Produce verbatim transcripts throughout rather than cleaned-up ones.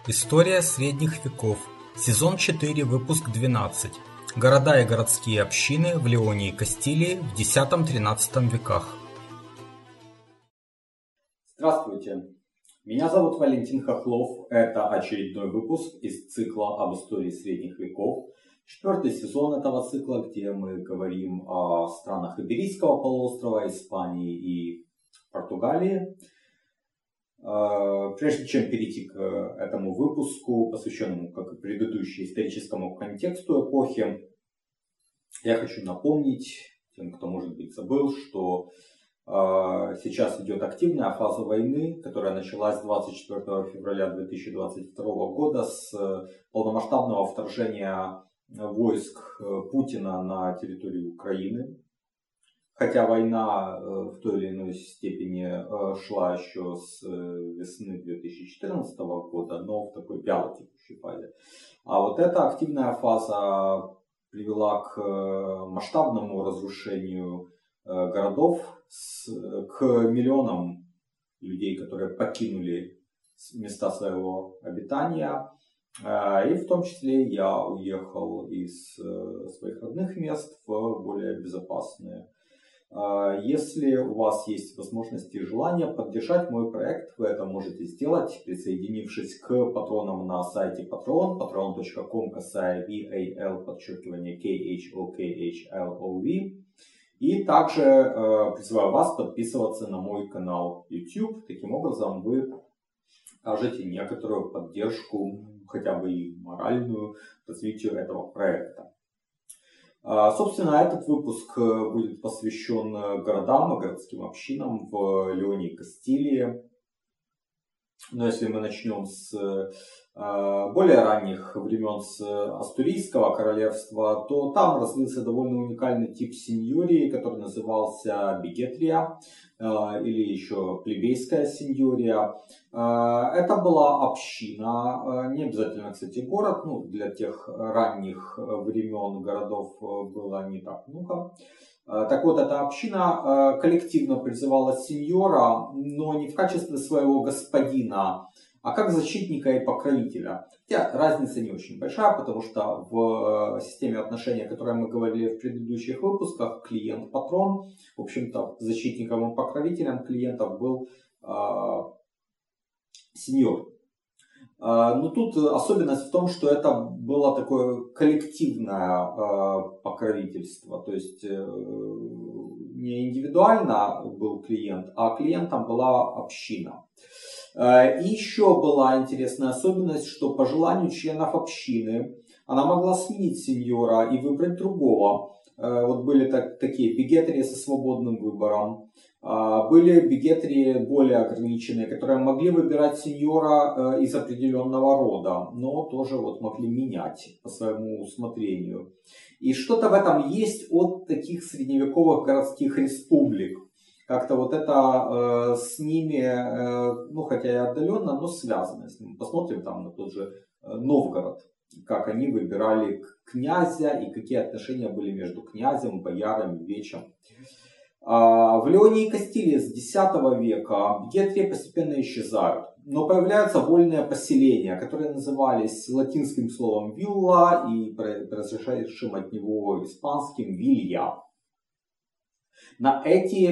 История средних веков. Сезон четыре, выпуск двенадцать. Города и городские общины в Леоне и Кастилии в десятом-тринадцатом веках. Здравствуйте, меня зовут Валентин Хохлов. Это очередной выпуск из цикла об истории средних веков. Четвертый сезон этого цикла, где мы говорим о странах Иберийского полуострова, Испании и Португалии. Прежде чем перейти к этому выпуску, посвященному, как и предыдущий, историческому контексту эпохи, я хочу напомнить тем, кто, может быть, забыл, что сейчас идет активная фаза войны, которая началась двадцать четвёртого февраля две тысячи двадцать второго года с полномасштабного вторжения войск Путина на территорию Украины. Хотя война в той или иной степени шла еще с весны две тысячи четырнадцатого года, но в такой вялотекущей фазе. А вот эта активная фаза привела к масштабному разрушению городов, к миллионам людей, которые покинули места своего обитания. И в том числе я уехал из своих родных мест в более безопасные. Если у вас есть возможность и желание поддержать мой проект, вы это можете сделать, присоединившись к патронам на сайте Patreon, patreon точка com, касая val, подчеркивание khokhlov. И также э, призываю вас подписываться на мой канал YouTube. Таким образом вы окажете некоторую поддержку, хотя бы и моральную, развитию этого проекта. Собственно, этот выпуск будет посвящен городам и городским общинам в Леоне и Кастилии. Но если мы начнем с более ранних времен, с Астурийского королевства, то там развился довольно уникальный тип сеньории, который назывался бигетрия, или еще плебейская сеньория. Это была община, не обязательно, кстати, город, ну, для тех ранних времен городов было не так много. Так вот, эта община коллективно призывала сеньора, но не в качестве своего господина, а как защитника и покровителя. Хотя разница не очень большая, потому что в системе отношений, о которой мы говорили в предыдущих выпусках, клиент-патрон, в общем-то, защитником и покровителем клиентов был э, сеньор. Но тут особенность в том, что это было такое коллективное э, покровительство. То есть э, не индивидуально был клиент, а клиентом была община. И еще была интересная особенность, что по желанию членов общины она могла сменить сеньора и выбрать другого. Вот были так, такие бигетрии со свободным выбором. Были бигетрии более ограниченные, которые могли выбирать сеньора из определенного рода, но тоже вот могли менять по своему усмотрению. И что-то в этом есть от таких средневековых городских республик. Как-то вот это э, с ними, э, ну хотя и отдаленно, но связано с ними. Посмотрим там на тот же э, Новгород, как они выбирали князя и какие отношения были между князем, боярами, вечем. А в Леоне и Кастилии с десятого века бигетрии постепенно исчезают, но появляются вольные поселения, которые назывались латинским словом вилла и произошедшим от него испанским вилья. На эти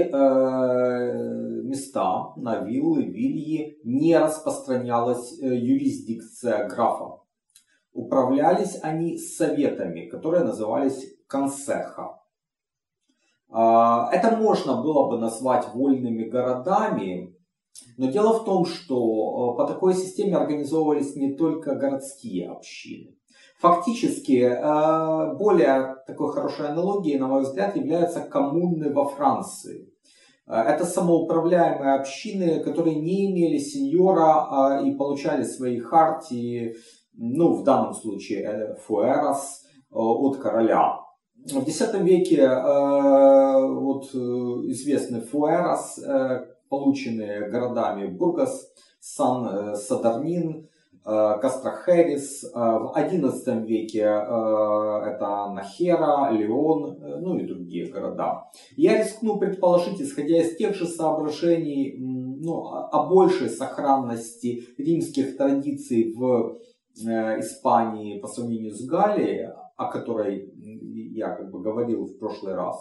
э, места, на виллы, вильи, не распространялась э, юрисдикция графа. Управлялись они советами, которые назывались консеха. Э, это можно было бы назвать вольными городами, но дело в том, что по такой системе организовывались не только городские общины. Фактически, более такой хорошей аналогией, на мой взгляд, являются коммуны во Франции. Это самоуправляемые общины, которые не имели сеньора и получали свои хартии, ну, в данном случае фуэрос, от короля. В десятом веке вот, известны фуэрос, полученные городами Бургас, Сан-Садарнин, Кастро-Хэрис, в одиннадцатом веке это Нахера, Леон, ну и другие города. Я рискну предположить, исходя из тех же соображений, ну, о большей сохранности римских традиций в Испании по сравнению с Галлией, о которой я как бы говорил в прошлый раз,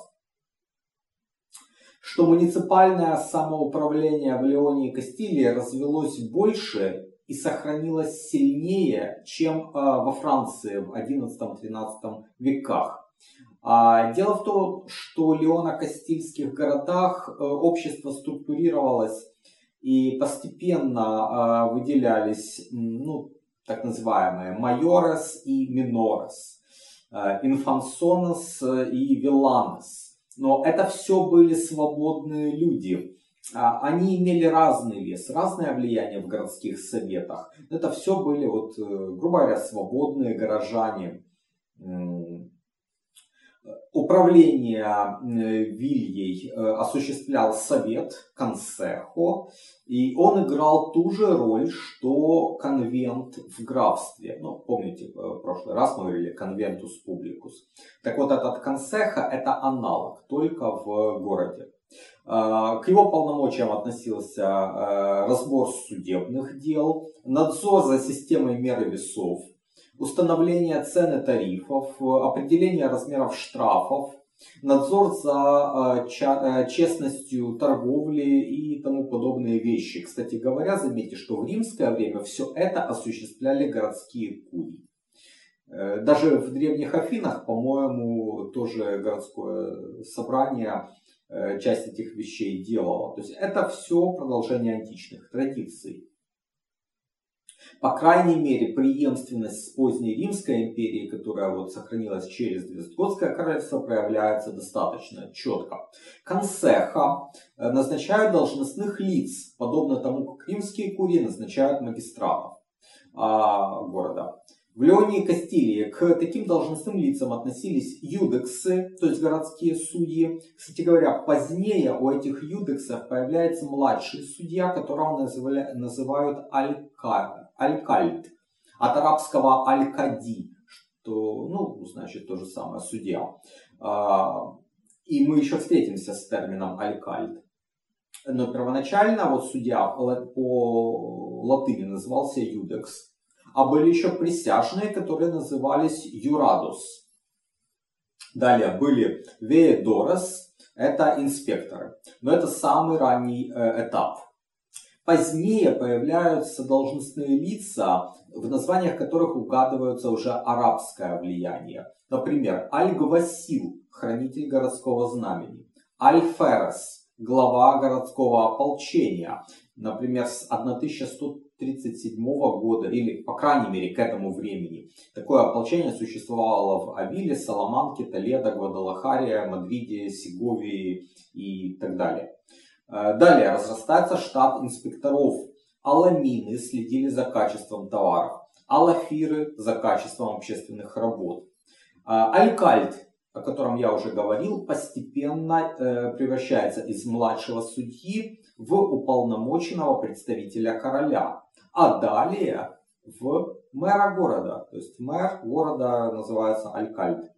что муниципальное самоуправление в Леоне и Кастилии развелось больше и сохранилось сильнее, чем во Франции в одиннадцатом-тринадцатом веках. Дело в том, что в леоно-кастильских городах общество структурировалось и постепенно выделялись, ну, так называемые майорес и минорес, инфансонес и виланес. Но это все были свободные люди. Они имели разный вес, разное влияние в городских советах. Это все были, вот, грубо говоря, свободные горожане. Управление вильей осуществлял совет, консехо, и он играл ту же роль, что конвент в графстве. Ну, помните, в прошлый раз мы говорили конвентус публикус. Так вот, этот консехо — это аналог, только в городе. К его полномочиям относился разбор судебных дел, надзор за системой меры весов, установление цен и тарифов, определение размеров штрафов, надзор за честностью торговли и тому подобные вещи. Кстати говоря, заметьте, что в римское время все это осуществляли городские курии. Даже в древних Афинах, по-моему, тоже городское собрание часть этих вещей делала. То есть это все продолжение античных традиций. По крайней мере, преемственность с поздней Римской империей, которая вот сохранилась через Визготское королевство, проявляется достаточно четко. Консехо назначают должностных лиц, подобно тому, как римские курии назначают магистратов а, города. В Леоне и Кастилии к таким должностным лицам относились юдексы, то есть городские судьи. Кстати говоря, позднее у этих юдексов появляется младший судья, которого называли, называют алькальд, алькальд, от арабского аль-кади, что, ну, значит, то же самое, судья. И мы еще встретимся с термином алькальд. Но первоначально вот судья по латыни назывался юдекс. А были еще присяжные, которые назывались юрадос. Далее были веедорес, это инспекторы. Но это самый ранний этап. Позднее появляются должностные лица, в названиях которых угадывается уже арабское влияние. Например, аль-гвасил, хранитель городского знамени. Аль-ферес, глава городского ополчения. Например, с тысяча сто тридцать седьмого года, или, по крайней мере, к этому времени. Такое ополчение существовало в Авиле, Саламанке, Толедо, Гвадалахаре, Мадриде, Сеговии и так далее. Далее разрастается штат инспекторов. Аламины следили за качеством товаров. Алафиры за качеством общественных работ. Алькальд, о котором я уже говорил, постепенно превращается из младшего судьи в уполномоченного представителя короля. А далее в мэра города. То есть мэр города называется алькальд.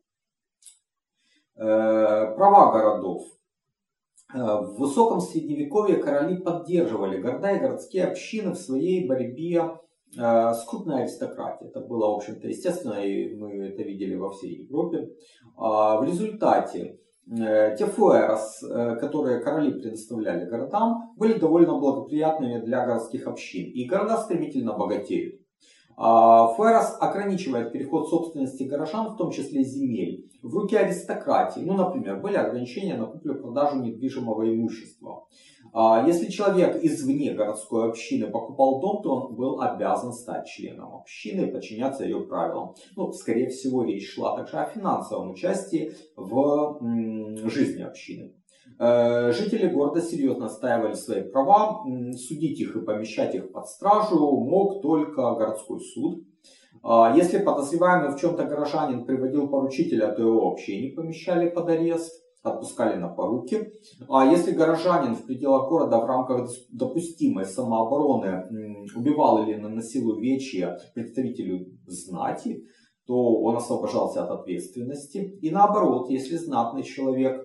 Права городов. В высоком средневековье короли поддерживали города и городские общины в своей борьбе с крупной аристократией. Это было, в общем-то, естественно, и мы это видели во всей Европе. В результате те фуэрос, которые короли предоставляли городам, были довольно благоприятными для городских общин. И города стремительно богатеют. Фуэрос ограничивает переход собственности горожан, в том числе земель, в руки аристократии. Ну, например, были ограничения на куплю-продажу недвижимого имущества. Если человек извне городской общины покупал дом, то он был обязан стать членом общины и подчиняться ее правилам. Ну, скорее всего, речь шла также о финансовом участии в жизни общины. Жители города серьезно отстаивали свои права. Судить их и помещать их под стражу мог только городской суд. Если подозреваемый в чем-то горожанин приводил поручителя, то его вообще не помещали под арест. отпускали на поруки. А если горожанин в пределах города в рамках допустимой самообороны убивал или наносил увечья представителю знати, то он освобождался от ответственности. И наоборот, если знатный человек,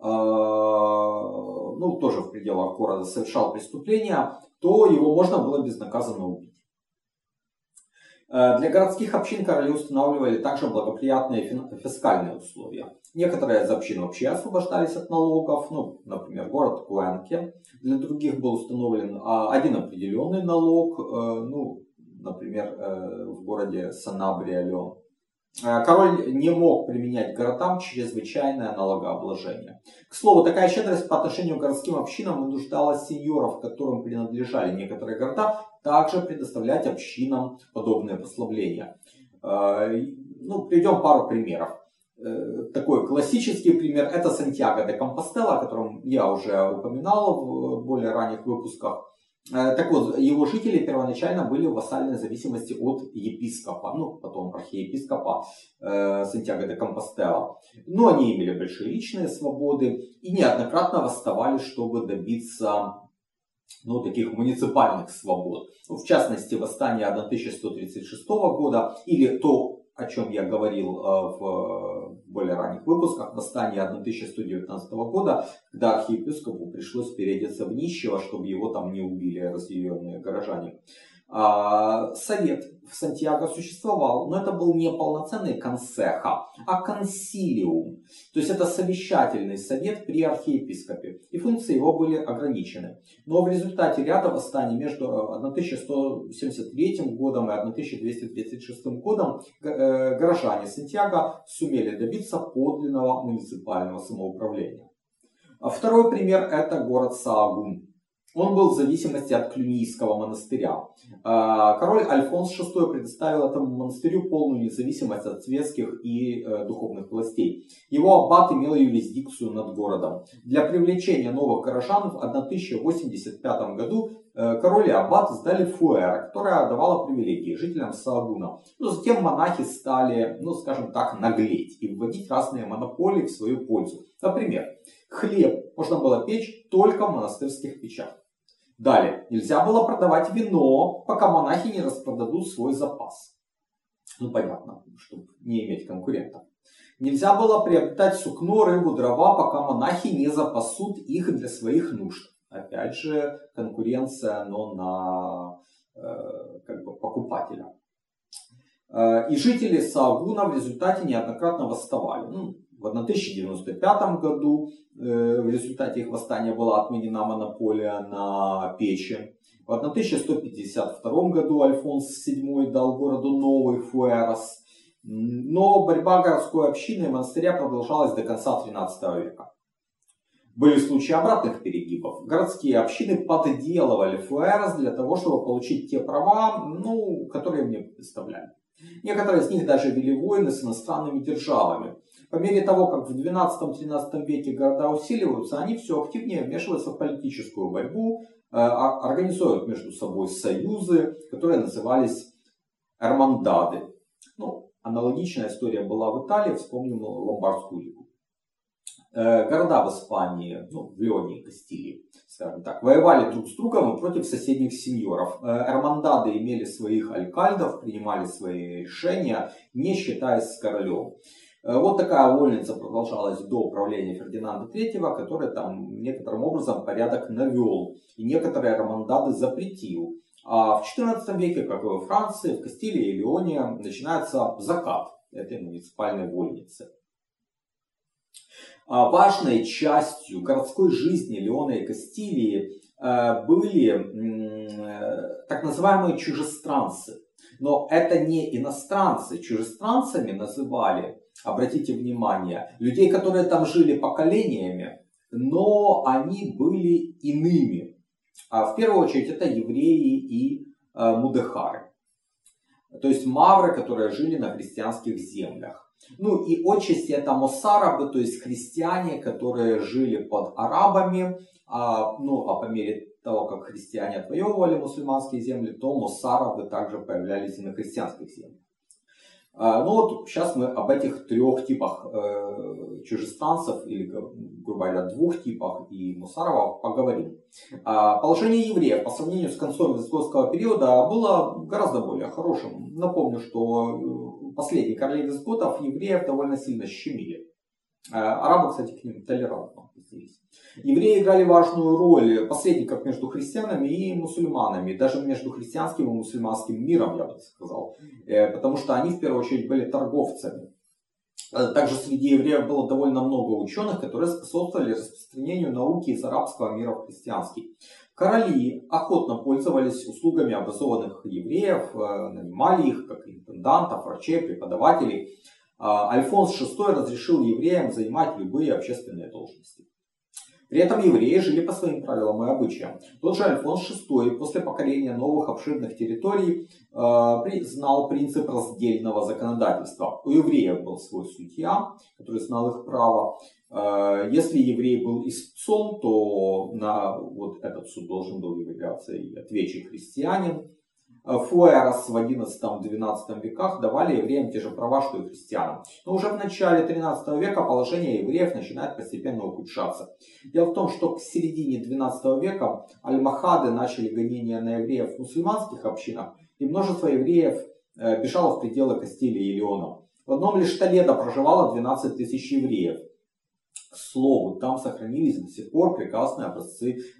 ну, тоже в пределах города совершал преступление, то его можно было безнаказанно убить. Для городских общин короли устанавливали также благоприятные фискальные условия. Некоторые из общин вообще освобождались от налогов, ну, например, город Куэнке. Для других был установлен один определенный налог, ну, например, в городе Санабриале. Король не мог применять городам чрезвычайное налогообложение. К слову, такая щедрость по отношению к городским общинам вынуждала сеньоров, которым принадлежали некоторые города, также предоставлять общинам подобные послабления. Ну, приведем пару примеров. Такой классический пример – это Сантьяго де Компостела, о котором я уже упоминал в более ранних выпусках. Так вот, его жители первоначально были в вассальной зависимости от епископа, ну, потом архиепископа э, Сантьяго де Компостела. Но они имели большие личные свободы и неоднократно восставали, чтобы добиться, ну, таких муниципальных свобод. В частности, восстание тысяча сто тридцать шестого года, или то, о чем я говорил в более ранних выпусках, восстание тысяча сто девятнадцатого года, когда архиепископу пришлось переодеться в нищего, чтобы его там не убили разъяренные горожане. Совет в Сантьяго существовал, но это был не полноценный консеха, а консилиум. То есть это совещательный совет при архиепископе. И функции его были ограничены. Но в результате ряда восстаний между тысяча сто семьдесят третьим годом и тысяча двести тридцать шестым годом горожане Сантьяго сумели добиться подлинного муниципального самоуправления. Второй пример – это город Саагун. Он был в зависимости от Клюнийского монастыря. Король Альфонс шестой предоставил этому монастырю полную независимость от светских и духовных властей. Его аббат имел юрисдикцию над городом. Для привлечения новых горожан в тысяча восемьдесят пятом году король и аббат издали фуэра, которая давала привилегии жителям Саагуна. Но затем монахи стали, ну скажем так, наглеть и вводить разные монополии в свою пользу. Например, хлеб можно было печь только в монастырских печах. Далее, нельзя было продавать вино, пока монахи не распродадут свой запас. Ну понятно, чтобы не иметь конкурентов. Нельзя было приобретать сукно, рыбу, дрова, пока монахи не запасут их для своих нужд. Опять же, конкуренция, но на э, как бы покупателя. Э, и жители Саагуна в результате неоднократно восставали. Ну, в тысяча девяносто пятом году э, в результате их восстания была отменена монополия на печи. В тысяча сто пятьдесят втором году Альфонс седьмой дал городу новый фуэрос. Но борьба городской общины и монастыря продолжалась до конца тринадцатого века. Были случаи обратных перегибов. Городские общины подделывали фуэрос для того, чтобы получить те права, ну, которые мне представляли. Некоторые из них даже вели войны с иностранными державами. По мере того, как в двенадцатом-тринадцатом веке города усиливаются, они все активнее вмешиваются в политическую борьбу, организуют между собой союзы, которые назывались эрмандады. Ну, аналогичная история была в Италии, вспомним Ломбардскую лигу. Города в Испании, ну, в Леоне и Кастилии, скажем так, воевали друг с другом и против соседних сеньоров. Эрмандады имели своих алькальдов, принимали свои решения, не считаясь с королем. Вот такая вольница продолжалась до правления Фердинанда третьего, который там некоторым образом порядок навел и некоторые эрмандады запретил. А в четырнадцатом веке, как и во Франции, в Кастилии и Леоне, начинается закат этой муниципальной вольницы. Важной частью городской жизни Леона и Кастилии были так называемые чужестранцы. Но это не иностранцы. Чужестранцами называли, обратите внимание, людей, которые там жили поколениями, но они были иными. В первую очередь это евреи и мудехары. То есть мавры, которые жили на христианских землях. Ну и отчасти это моссарабы, то есть христиане, которые жили под арабами. А, ну а по мере того, как христиане отвоевывали мусульманские земли, то моссарабы также появлялись и на христианских землях. Ну вот сейчас мы об этих трех типах э, чужестранцев, или, грубо говоря, двух типах и мусаровов поговорим. Положение евреев по сравнению с концом визготского периода было гораздо более хорошим. Напомню, что последние короли визготов евреев довольно сильно щемили. Арабы, кстати, к ним толерантно относились. Евреи играли важную роль посредников между христианами и мусульманами, даже между христианским и мусульманским миром, я бы сказал, потому что они в первую очередь были торговцами. Также среди евреев было довольно много ученых, которые способствовали распространению науки из арабского мира в христианский. Короли охотно пользовались услугами образованных евреев, нанимали их как интендантов, врачей, преподавателей. Альфонс шестой разрешил евреям занимать любые общественные должности. При этом евреи жили по своим правилам и обычаям. Тот же Альфонс шестой после покорения новых обширных территорий э, знал принцип раздельного законодательства. У евреев был свой судья, который знал их право. Э, если еврей был истцом, то на вот этот суд должен был являться и ответчик христианин. Фуэрос в одиннадцатом-двенадцатом веках давали евреям те же права, что и христианам. Но уже в начале тринадцатого века положение евреев начинает постепенно ухудшаться. Дело в том, что к середине двенадцатого века альмахады начали гонения на евреев в мусульманских общинах, и множество евреев бежало в пределы Кастилии и Леона. В одном лишь Толедо проживало двенадцать тысяч евреев. К слову, там сохранились до сих пор прекрасные образцы э,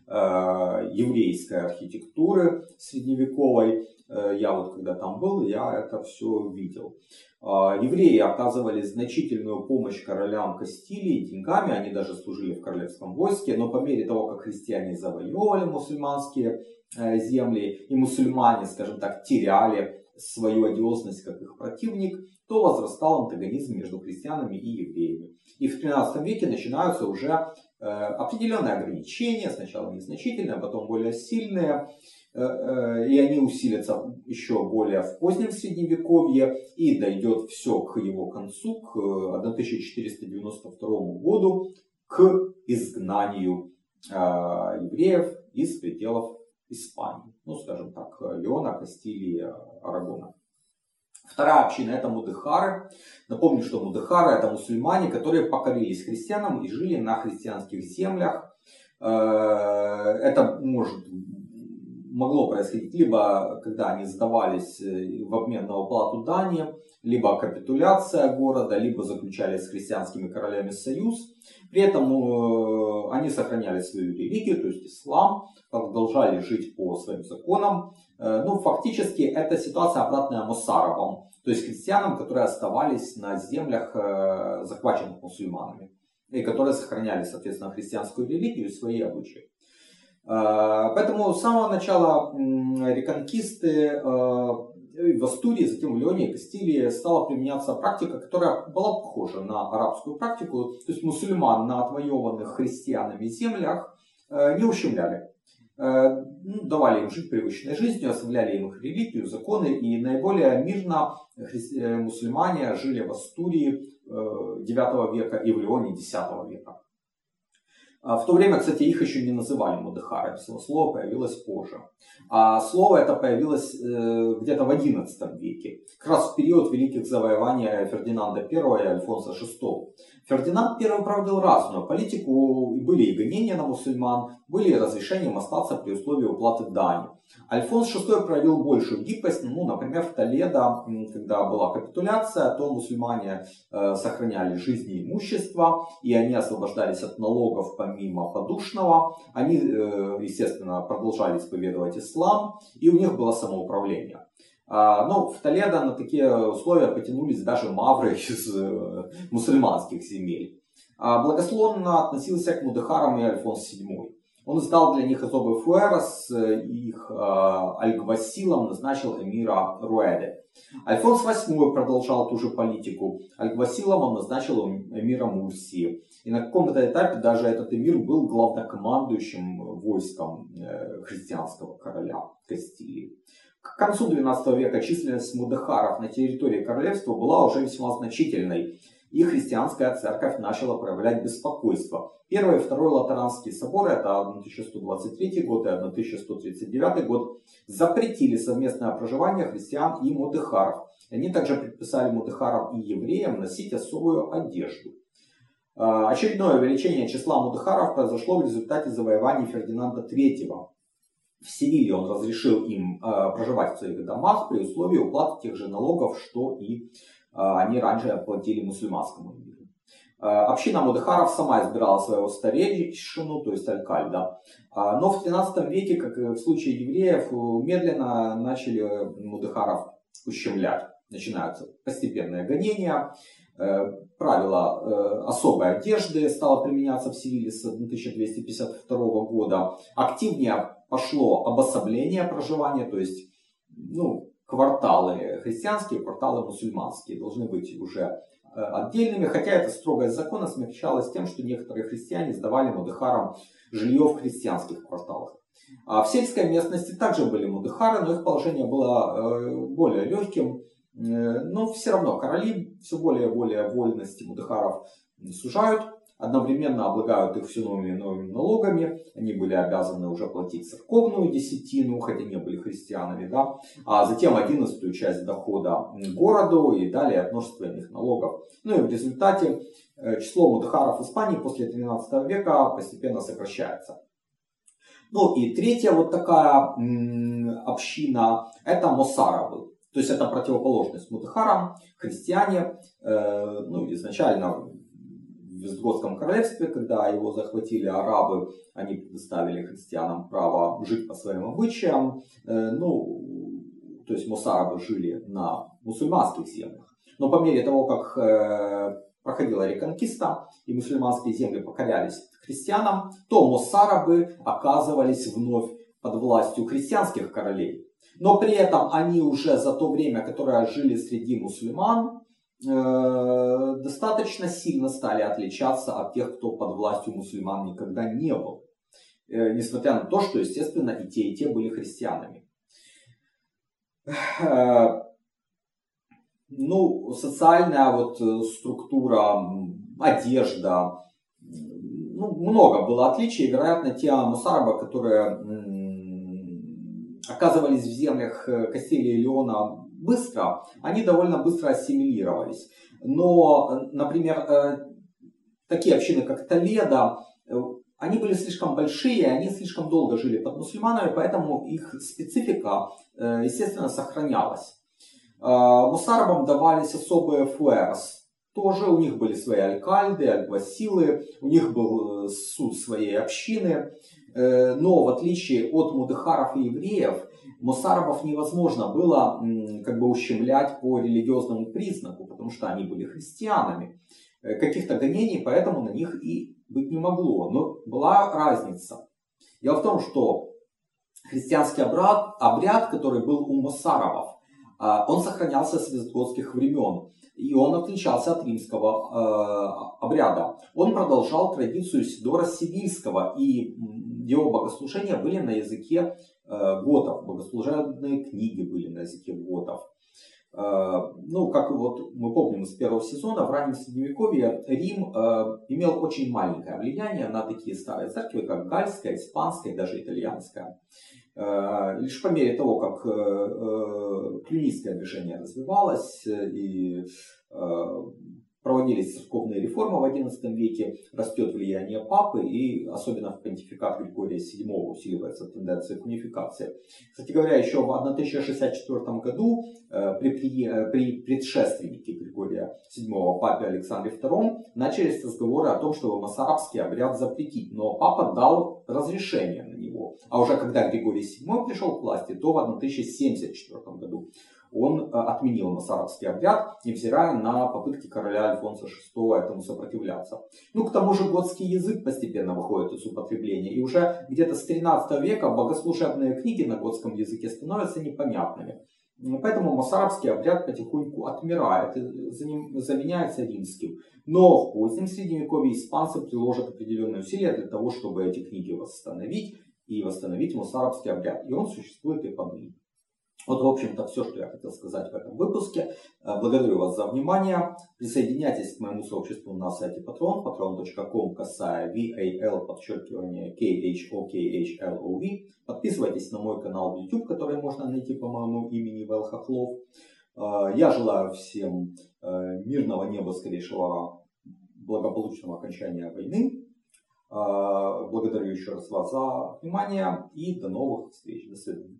еврейской архитектуры средневековой. Э, я вот когда там был, я это все видел. Э, евреи оказывали значительную помощь королям Кастилии деньгами, они даже служили в королевском войске, но по мере того, как христиане завоевывали мусульманские э, земли, и мусульмане, скажем так, теряли свою одиозность как их противник, то возрастал антагонизм между христианами и евреями. И в тринадцатом веке начинаются уже э, определенные ограничения, сначала незначительные, а потом более сильные, э, э, и они усилятся еще более в позднем средневековье, и дойдет все к его концу, к тысяча четыреста девяносто второму году, к изгнанию э, евреев из пределов Испании, ну скажем так, Леона, Кастилии, Арагона. Вторая община — это мудехары. Напомню, что мудехары — это мусульмане, которые покорились христианам и жили на христианских землях. Это может, могло происходить либо когда они сдавались в обмен на уплату дани, либо капитуляция города, либо заключали с христианскими королями союз. При этом они сохраняли свою религию, то есть ислам, продолжали жить по своим законам. Ну, фактически, это ситуация обратная мусаровам, то есть христианам, которые оставались на землях, захваченных мусульманами, и которые сохраняли, соответственно, христианскую религию и свои обычаи. Поэтому с самого начала реконкисты в Астурии, затем в Леоне и Кастилии стала применяться практика, которая была похожа на арабскую практику, то есть мусульман на отвоеванных христианами землях не ущемляли. Давали им жить привычной жизнью, оставляли им их религию, законы, и наиболее мирно христи... мусульмане жили в Астурии девятого века и в Леоне десятого века. В то время, кстати, их еще не называли мудехарами, слово появилось позже. А слово это появилось где-то в одиннадцатом веке, как раз в период великих завоеваний Фердинанда Первого и Альфонса Шестого. Фердинанд Первый проводил разную политику, были и гонения на мусульман, были и разрешением остаться при условии уплаты дани. Альфонс Шестой проявил большую гибкость, ну, например, в Толедо, когда была капитуляция, то мусульмане э, сохраняли жизни и имущество, и они освобождались от налогов помимо подушного. Они, э, естественно, продолжали исповедовать ислам, и у них было самоуправление. Но в Толедо на такие условия потянулись даже мавры из мусульманских земель. Благосклонно относился к мудехарам и Альфонс Седьмой. Он издал для них особый фуэрос, их альгвасилом назначил эмира Руэде. Альфонс Восьмой продолжал ту же политику. Альгвасилом он назначил эмира Мурсии. И на каком-то этапе даже этот эмир был главнокомандующим войском христианского короля Кастилии. К концу двенадцатого века численность мудехаров на территории королевства была уже весьма значительной. и христианская церковь начала проявлять беспокойство. Первый и второй Латеранские соборы, это тысяча сто двадцать третий год и тысяча сто тридцать девятый год, запретили совместное проживание христиан и мудехаров. Они также предписали мудехарам и евреям носить особую одежду. Очередное увеличение числа мудехаров произошло в результате завоеваний Фердинанда третьего. В Севиле он разрешил им проживать в своих домах при условии уплаты тех же налогов, что и они раньше платили мусульманскому миру. Община мудехаров сама избирала своего старейшину, то есть алькальда. Но в тринадцатом веке, как и в случае евреев, медленно начали мудехаров ущемлять. Начинаются постепенные гонения. Правило особой одежды стало применяться в Севиле с тысяча двести пятьдесят второго года. Активнее пошло обособление проживания, то есть ну, кварталы христианские, кварталы мусульманские должны быть уже отдельными, хотя это строгое закон смягчалось тем, что некоторые христиане сдавали мудехарам жилье в христианских кварталах. А в сельской местности также были мудехары, но их положение было более легким. Но все равно короли все более и более вольности мудехаров сужают, одновременно облагают их все новыми и новыми налогами. Они были обязаны уже платить церковную десятину, хотя не были христианами, да? А затем одиннадцатую часть дохода городу и далее множество иных налогов. Ну и в результате число мудехаров в Испании после тринадцатого века постепенно сокращается. Ну и третья вот такая м, община — это мосарабы. То есть это противоположность мудехарам, христиане. Э, ну, изначально в Вестготском королевстве, когда его захватили арабы, они предоставили христианам право жить по своим обычаям. Э, ну, то есть мосарабы жили на мусульманских землях. Но по мере того, как э, проходила реконкиста и мусульманские земли покорялись христианам, то мосарабы оказывались вновь под властью христианских королей. Но при этом они уже за то время, которое жили среди мусульман, э, достаточно сильно стали отличаться от тех, кто под властью мусульман никогда не был. Э, несмотря на то, что, естественно, и те, и те были христианами. Э, ну, социальная вот структура, одежда, ну, много было отличий. Вероятно, те мосарабы, которые оказывались в землях Кастилии и Леона быстро, они довольно быстро ассимилировались. Но, например, такие общины, как Толедо, они были слишком большие, они слишком долго жили под мусульманами, поэтому их специфика, естественно, сохранялась. Мосарабам давались особые фуэрос. Тоже у них были свои алькальды, альгвасилы, у них был суд своей общины. Но в отличие от мудехаров и евреев, мосарабов невозможно было как бы ущемлять по религиозному признаку, потому что они были христианами. Каких-то гонений поэтому на них и быть не могло. Но была разница. Дело в том, что христианский обряд, обряд который был у мосарабов, он сохранялся с вестготских времен. И он отличался от римского э, обряда. Он продолжал традицию Сидора Севильского, и его богослужения были на языке э, готов. Богослужебные книги были на языке готов. Э, ну, как вот мы помним из первого сезона, в раннем Средневековье Рим э, имел очень маленькое влияние на такие старые церкви, как гальская, испанская, даже итальянская. Лишь по мере того, как клюнистское движение развивалось и проводились церковные реформы в одиннадцатом веке, растет влияние папы, и особенно в понтификат Григория седьмого усиливается тенденция к унификации. Кстати говоря, еще в тысяча шестьдесят четвёртом году при, при предшественнике Григория седьмого, папе Александре втором, начались разговоры о том, чтобы мосарабский обряд запретить, но папа дал разрешение на него. А уже когда Григорий седьмой пришел к власти, то в тысяча семьдесят четвёртом году он отменил мосарабский обряд, невзирая на попытки короля Альфонса шестого этому сопротивляться. Ну, к тому же готский язык постепенно выходит из употребления, и уже где-то с тринадцатого века богослужебные книги на готском языке становятся непонятными. Поэтому мосарабский обряд потихоньку отмирает и заменяется римским. Но в позднем средневековье испанцы приложат определенные усилия для того, чтобы эти книги восстановить и восстановить мосарабский обряд. И он существует и поныне. Вот, в общем-то, все, что я хотел сказать в этом выпуске. Благодарю вас за внимание. Присоединяйтесь к моему сообществу на сайте Patreon, patreon точка com, косая вал, подчеркивание khokhlov. Подписывайтесь на мой канал в YouTube, который можно найти по моему имени Вэл Хохлов. Я желаю всем мирного неба, скорейшего благополучного окончания войны. Благодарю еще раз вас за внимание и до новых встреч. До свидания.